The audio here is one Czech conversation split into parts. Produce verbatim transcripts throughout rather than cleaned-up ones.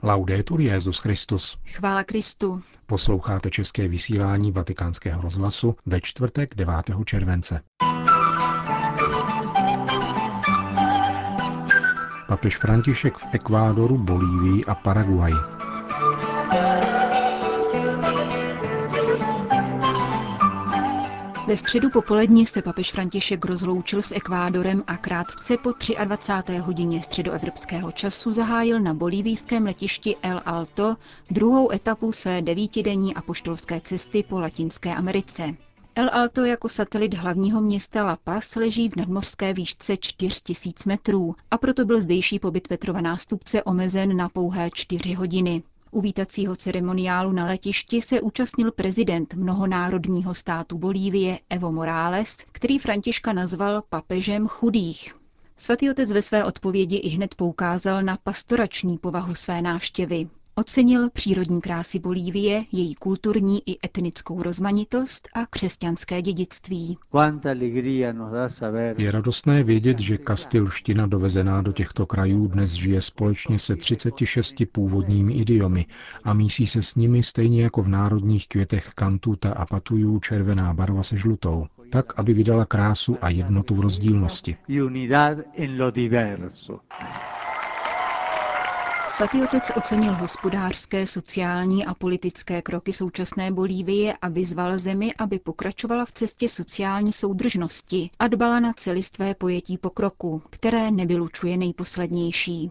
Laudetur Jesus Christus. Chvála Kristu. Posloucháte české vysílání Vatikánského rozhlasu ve čtvrtek devátého července. Papež František v Ekvádoru, Bolívii a Paraguaji. Ve středu popolední se papež František rozloučil s Ekvádorem a krátce po dvacáté třetí hodině středoevropského času zahájil na bolívijském letišti El Alto druhou etapu své devítidenní apoštolské cesty po Latinské Americe. El Alto jako satelit hlavního města La Paz leží v nadmořské výšce čtyři tisíce metrů a proto byl zdejší pobyt Petrova nástupce omezen na pouhé čtyři hodiny. Uvítacího ceremoniálu na letišti se účastnil prezident mnohonárodního státu Bolívie Evo Morales, který Františka nazval papežem chudých. Svatý otec ve své odpovědi ihned poukázal na pastorační povahu své návštěvy. Ocenil přírodní krásy Bolívie, její kulturní i etnickou rozmanitost a křesťanské dědictví. Je radostné vědět, že kastilština dovezená do těchto krajů dnes žije společně se třiceti šesti původními idiomy a mísí se s nimi stejně jako v národních květech kantuta a patujů červená barva se žlutou, tak, aby vydala krásu a jednotu v rozdílnosti. Svatý otec ocenil hospodářské, sociální a politické kroky současné Bolívie a vyzval zemi, aby pokračovala v cestě sociální soudržnosti a dbala na celistvé pojetí pokroku, které nevylučuje nejposlednější.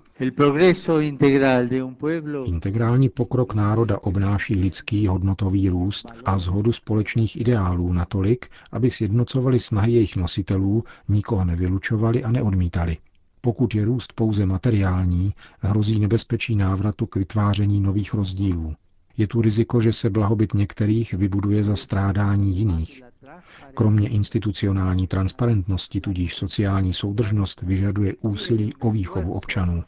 Integrální pokrok národa obnáší lidský hodnotový růst a shodu společných ideálů natolik, aby sjednocovali snahy jejich nositelů, nikoho nevylučovali a neodmítali. Pokud je růst pouze materiální, hrozí nebezpečí návratu k vytváření nových rozdílů. Je tu riziko, že se blahobyt některých vybuduje za strádání jiných. Kromě institucionální transparentnosti tudíž sociální soudržnost vyžaduje úsilí o výchovu občanů.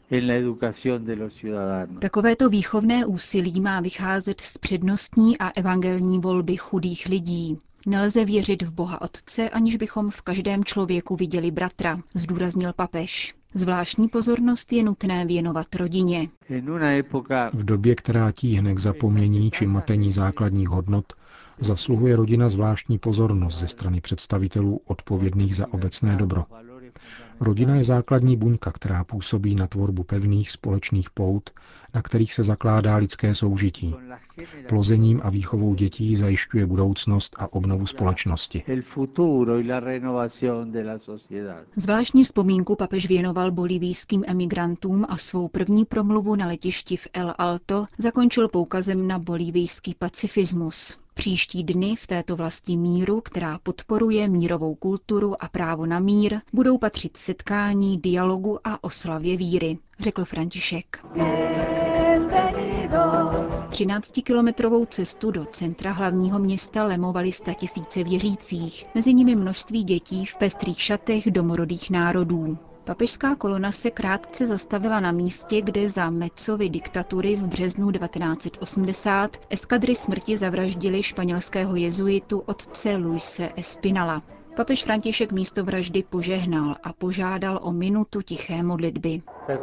Takovéto výchovné úsilí má vycházet z přednostní a evangelní volby chudých lidí. Nelze věřit v Boha Otce, aniž bychom v každém člověku viděli bratra, zdůraznil papež. Zvláštní pozornost je nutné věnovat rodině. V době, která tíhne k zapomnění či matení základních hodnot, zasluhuje rodina zvláštní pozornost ze strany představitelů odpovědných za obecné dobro. Rodina je základní buňka, která působí na tvorbu pevných společných pout, na kterých se zakládá lidské soužití. Plozením a výchovou dětí zajišťuje budoucnost a obnovu společnosti. Zvláštní vzpomínku papež věnoval bolivijským emigrantům a svou první promluvu na letišti v El Alto zakončil poukazem na bolivijský pacifismus. Příští dny v této vlasti míru, která podporuje mírovou kulturu a právo na mír, budou patřit setkání, dialogu a oslavě víry, řekl František. Třináctikilometrovou cestu do centra hlavního města lemovali statisíce věřících, mezi nimi množství dětí v pestrých šatech domorodých národů. Papežská kolona se krátce zastavila na místě, kde za Mecovy diktatury v březnu devatenáct set osmdesát eskadry smrti zavraždili španělského jezuitu otce Luise Espinala. Papež František místo vraždy požehnal a požádal o minutu tiché modlitby.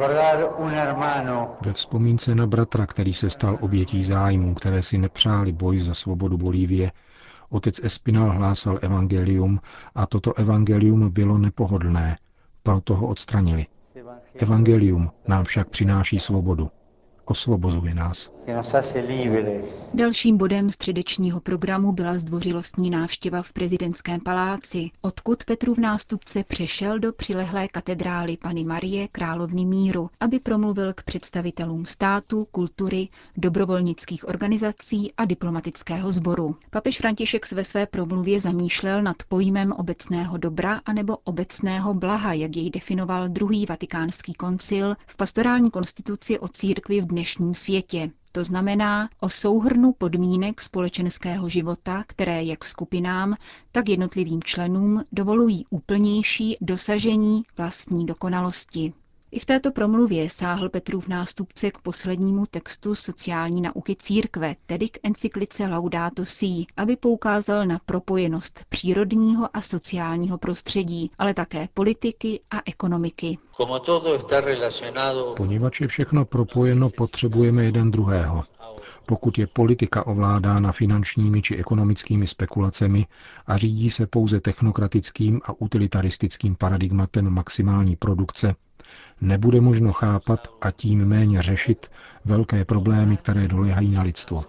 Ve vzpomínce na bratra, který se stal obětí zájmů, které si nepřáli boj za svobodu Bolívie, otec Espinal hlásal evangelium a toto evangelium bylo nepohodlné, proto ho odstranili. Evangelium nám však přináší svobodu. Osvobozuje nás. Dalším bodem středečního programu byla zdvořilostní návštěva v prezidentském paláci, odkud Petrův nástupce přešel do přilehlé katedrály Panny Marie Královny míru, aby promluvil k představitelům státu, kultury, dobrovolnických organizací a diplomatického sboru. Papež František se ve své promluvě zamýšlel nad pojmem obecného dobra anebo obecného blaha, jak jej definoval druhý vatikánský koncil v pastorální konstituci o církvi v dnešním světě. To znamená o souhrnu podmínek společenského života, které jak skupinám, tak jednotlivým členům dovolují úplnější dosažení vlastní dokonalosti. I v této promluvě sáhl Petrův nástupce k poslednímu textu sociální nauky církve, tedy k encyklice Laudato Si, aby poukázal na propojenost přírodního a sociálního prostředí, ale také politiky a ekonomiky. Poněvadž je všechno propojeno, potřebujeme jeden druhého. Pokud je politika ovládána finančními či ekonomickými spekulacemi a řídí se pouze technokratickým a utilitaristickým paradigmatem maximální produkce, nebude možno chápat a tím méně řešit velké problémy, které doléhají na lidstvo.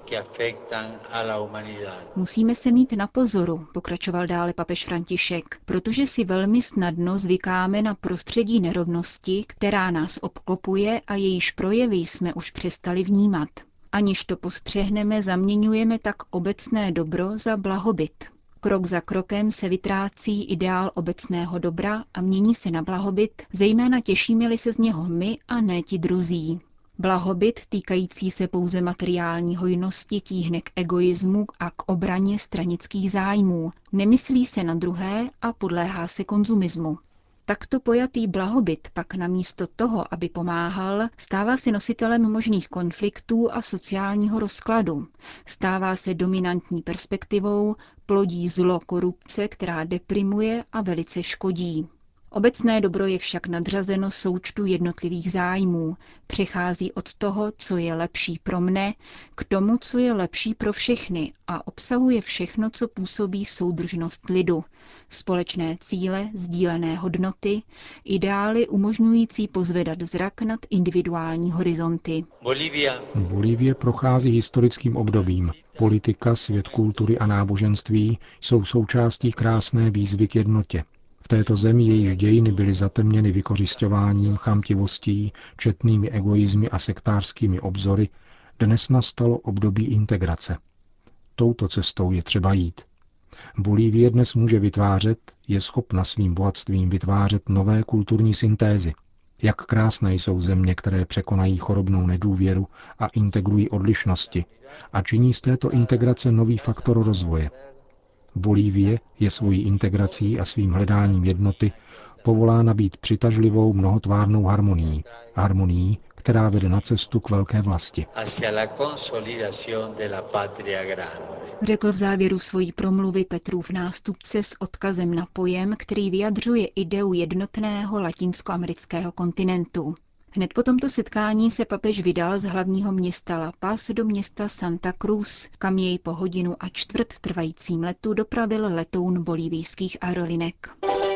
Musíme se mít na pozoru, pokračoval dále papež František, protože si velmi snadno zvykáme na prostředí nerovnosti, která nás obklopuje a jejíž projevy jsme už přestali vnímat. Aniž to postřehneme, zaměňujeme tak obecné dobro za blahobyt. Krok za krokem se vytrácí ideál obecného dobra a mění se na blahobyt, zejména těšíme-li se z něho my a ne ti druzí. Blahobyt týkající se pouze materiální hojnosti tíhne k egoismu a k obraně stranických zájmů, nemyslí se na druhé a podléhá se konzumismu. Takto pojatý blahobyt pak namísto toho, aby pomáhal, stává se nositelem možných konfliktů a sociálního rozkladu. Stává se dominantní perspektivou, plodí zlo korupce, která deprimuje a velice škodí. Obecné dobro je však nadřazeno součtu jednotlivých zájmů. Přechází od toho, co je lepší pro mne, k tomu, co je lepší pro všechny a obsahuje všechno, co působí soudržnost lidu. Společné cíle, sdílené hodnoty, ideály umožňující pozvedat zrak nad individuální horizonty. Bolívie prochází historickým obdobím. Politika, svět kultury a náboženství jsou součástí krásné výzvy k jednotě. V této zemi jejíž dějiny byly zatemněny vykořisťováním, chamtivostí, četnými egoizmy a sektářskými obzory, dnes nastalo období integrace. Touto cestou je třeba jít. Bolívie dnes může vytvářet, je schopna svým bohatstvím vytvářet nové kulturní syntézy. Jak krásné jsou země, které překonají chorobnou nedůvěru a integrují odlišnosti a činí z této integrace nový faktor rozvoje. Bolívie je svojí integrací a svým hledáním jednoty povolána být přitažlivou mnohotvárnou harmonií. Harmonií, která vede na cestu k velké vlasti. Řekl v závěru svojí promluvy Petrův nástupce s odkazem na pojem, který vyjadřuje ideu jednotného latinskoamerického kontinentu. Hned po tomto setkání se papež vydal z hlavního města La Paz do města Santa Cruz, kam jej po hodinu a čtvrt trvajícím letu dopravil letoun bolívijských aerolinek.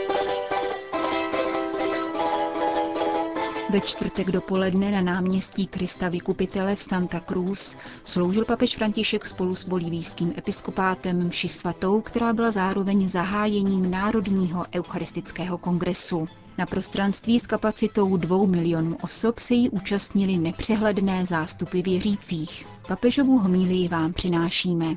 Ve čtvrtek dopoledne na náměstí Krista Vykupitele v Santa Cruz sloužil papež František spolu s bolívijským episkopátem mši svatou, která byla zároveň zahájením Národního eucharistického kongresu. Na prostranství s kapacitou dvou milionů osob se jí účastnili nepřehledné zástupy věřících. Papežovu homílii vám přinášíme.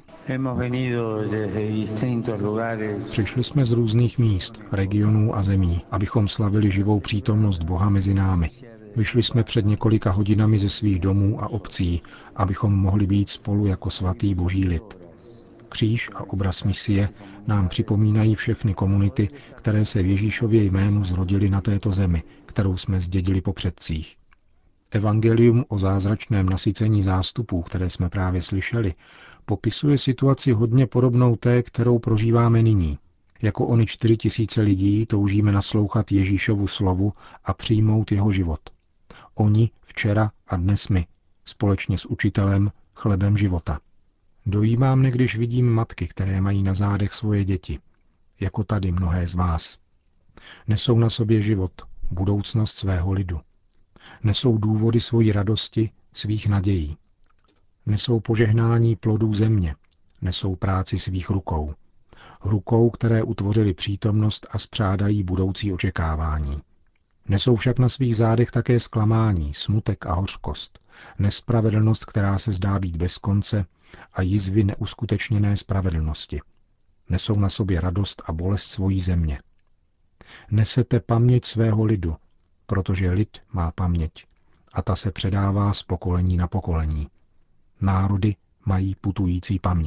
Přišli jsme z různých míst, regionů a zemí, abychom slavili živou přítomnost Boha mezi námi. Vyšli jsme před několika hodinami ze svých domů a obcí, abychom mohli být spolu jako svatý boží lid. Kříž a obraz misie nám připomínají všechny komunity, které se v Ježíšově jménu zrodily na této zemi, kterou jsme zdědili po předcích. Evangelium o zázračném nasycení zástupů, které jsme právě slyšeli, popisuje situaci hodně podobnou té, kterou prožíváme nyní. Jako oni čtyři tisíce lidí toužíme naslouchat Ježíšovu slovu a přijmout jeho život. Oni včera a dnes my, společně s učitelem, chlebem života. Dojímá mne, když vidím matky, které mají na zádech svoje děti, jako tady mnohé z vás. Nesou na sobě život, budoucnost svého lidu. Nesou důvody svojí radosti, svých nadějí. Nesou požehnání plodů země, nesou práci svých rukou. Rukou, které utvořily přítomnost a spřádají budoucí očekávání. Nesou však na svých zádech také zklamání, smutek a hořkost, nespravedlnost, která se zdá být bez konce, a jizvy neuskutečněné spravedlnosti. Nesou na sobě radost a bolest svojí země. Nesete paměť svého lidu, protože lid má paměť a ta se předává z pokolení na pokolení. Národy mají putující paměť.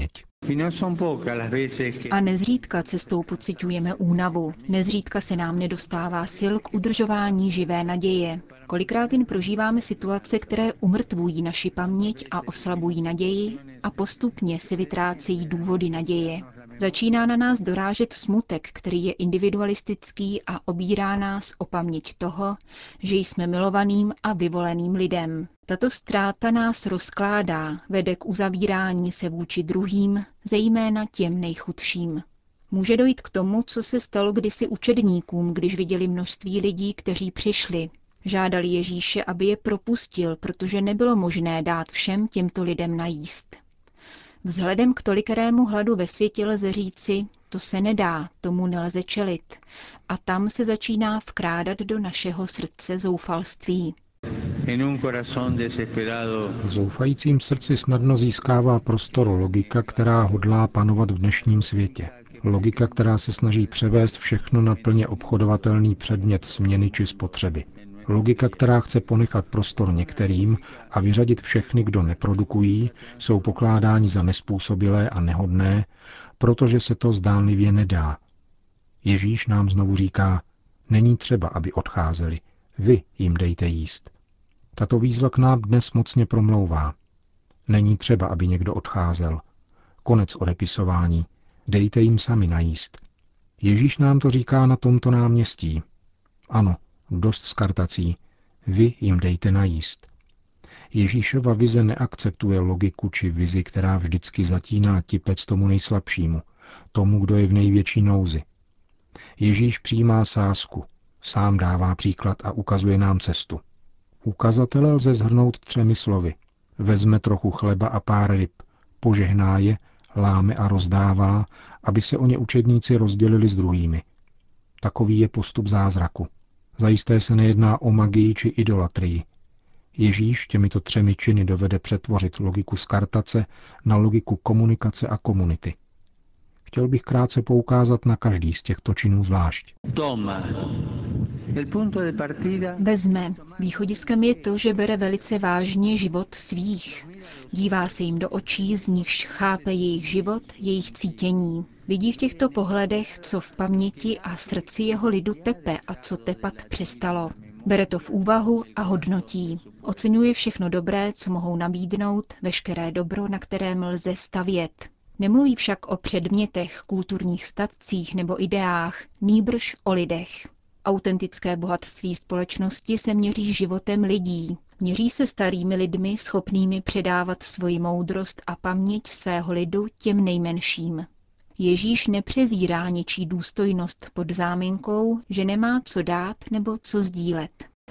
A nezřídka cestou pociťujeme únavu, nezřídka se nám nedostává sil k udržování živé naděje. Kolikrát jen prožíváme situace, které umrtvují naši paměť a oslabují naději a postupně se vytrácejí důvody naděje. Začíná na nás dorážet smutek, který je individualistický a obírá nás o paměť toho, že jsme milovaným a vyvoleným lidem. Tato ztráta nás rozkládá, vede k uzavírání se vůči druhým, zejména těm nejchudším. Může dojít k tomu, co se stalo kdysi učedníkům, když viděli množství lidí, kteří přišli. Žádali Ježíše, aby je propustil, protože nebylo možné dát všem těmto lidem najíst. Vzhledem k tolikerému hladu ve světě lze říci, to se nedá, tomu nelze čelit. A tam se začíná vkrádat do našeho srdce zoufalství. V zoufajícím srdci snadno získává prostor logika, která hodlá panovat v dnešním světě. Logika, která se snaží převést všechno na plně obchodovatelný předmět směny či spotřeby. Logika, která chce ponechat prostor některým a vyřadit všechny, kdo neprodukují, jsou pokládáni za nezpůsobilé a nehodné, protože se to zdánlivě nedá. Ježíš nám znovu říká, není třeba, aby odcházeli, vy jim dejte jíst. Tato výzva k nám dnes mocně promlouvá. Není třeba, aby někdo odcházel. Konec odepisování. Dejte jim sami najíst. Ježíš nám to říká na tomto náměstí. Ano, dost skartací. Vy jim dejte najíst. Ježíšova vize neakceptuje logiku či vizi, která vždycky zatíná tipec tomu nejslabšímu, tomu, kdo je v největší nouzi. Ježíš přijímá sázku, sám dává příklad a ukazuje nám cestu. Ukazatele lze shrnout třemi slovy. Vezme trochu chleba a pár ryb, požehná je, láme a rozdává, aby se o ně učedníci rozdělili s druhými. Takový je postup zázraku. Zajisté se nejedná o magii či idolatrii. Ježíš těmito třemi činy dovede přetvořit logiku skartace na logiku komunikace a komunity. Chtěl bych krátce poukázat na každý z těchto činů zvlášť. Vezme. Východiskem je to, že bere velice vážně život svých. Dívá se jim do očí, z nichž chápe jejich život, jejich cítění. Vidí v těchto pohledech, co v paměti a srdci jeho lidu tepe a co tepat přestalo. Bere to v úvahu a hodnotí. Oceňuje všechno dobré, co mohou nabídnout, veškeré dobro, na kterém lze stavět. Nemluví však o předmětech, kulturních statcích nebo ideách, nýbrž o lidech. Autentické bohatství společnosti se měří životem lidí. Měří se starými lidmi, schopnými předávat svoji moudrost a paměť svého lidu těm nejmenším. Ježíš nepřezírá něčí důstojnost pod záminkou, že nemá co dát nebo co sdílet.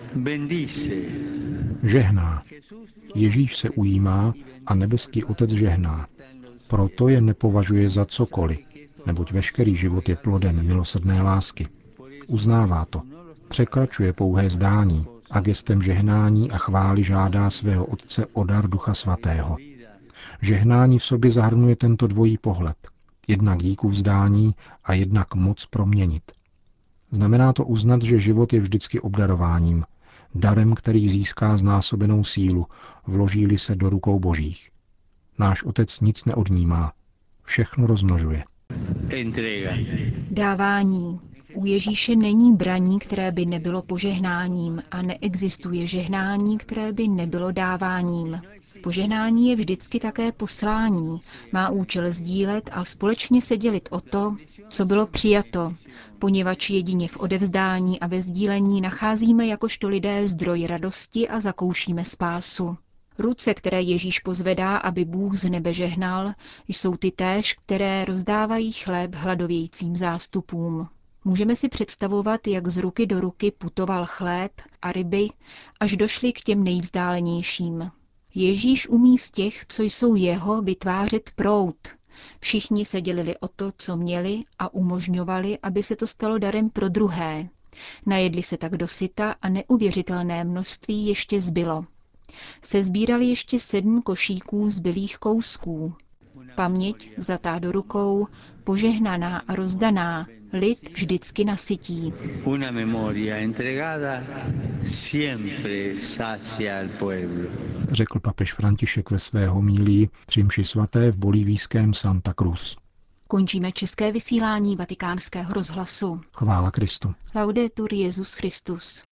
Žehná. Ježíš se ujímá a nebeský Otec žehná. Proto je nepovažuje za cokoliv, neboť veškerý život je plodem milosrdné lásky. Uznává to. Překračuje pouhé zdání a gestem žehnání a chvály žádá svého Otce o dar Ducha Svatého. Žehnání v sobě zahrnuje tento dvojí pohled. Jednak díku vzdání a jednak moc proměnit. Znamená to uznat, že život je vždycky obdarováním, darem, který získá znásobenou sílu, vloží-li se do rukou božích. Náš Otec nic neodnímá, všechno rozmnožuje. Dávání. U Ježíše není braní, které by nebylo požehnáním a neexistuje žehnání, které by nebylo dáváním. Požehnání je vždycky také poslání, má účel sdílet a společně se dělit o to, co bylo přijato, poněvadž jedině v odevzdání a ve sdílení nacházíme jakožto lidé zdroj radosti a zakoušíme spásu. Ruce, které Ježíš pozvedá, aby Bůh z nebe žehnal, jsou ty též, které rozdávají chléb hladovějícím zástupům. Můžeme si představovat, jak z ruky do ruky putoval chléb a ryby, až došli k těm nejvzdálenějším. Ježíš umí z těch, co jsou jeho, vytvářet proud. Všichni se dělili o to, co měli a umožňovali, aby se to stalo darem pro druhé. Najedli se tak dosyta a neuvěřitelné množství ještě zbylo. Sezbírali ještě sedm košíků zbylých kousků. Paměť vzatá do rukou, požehnaná a rozdaná, lid vždycky nasytí. Una memoria entregada siempre sacia al pueblo. Řekl papež František ve své homílii při mši svaté v bolívijském Santa Cruz. Končíme české vysílání Vatikánského rozhlasu. Chvála Kristu. Laudetur Jesus Christus.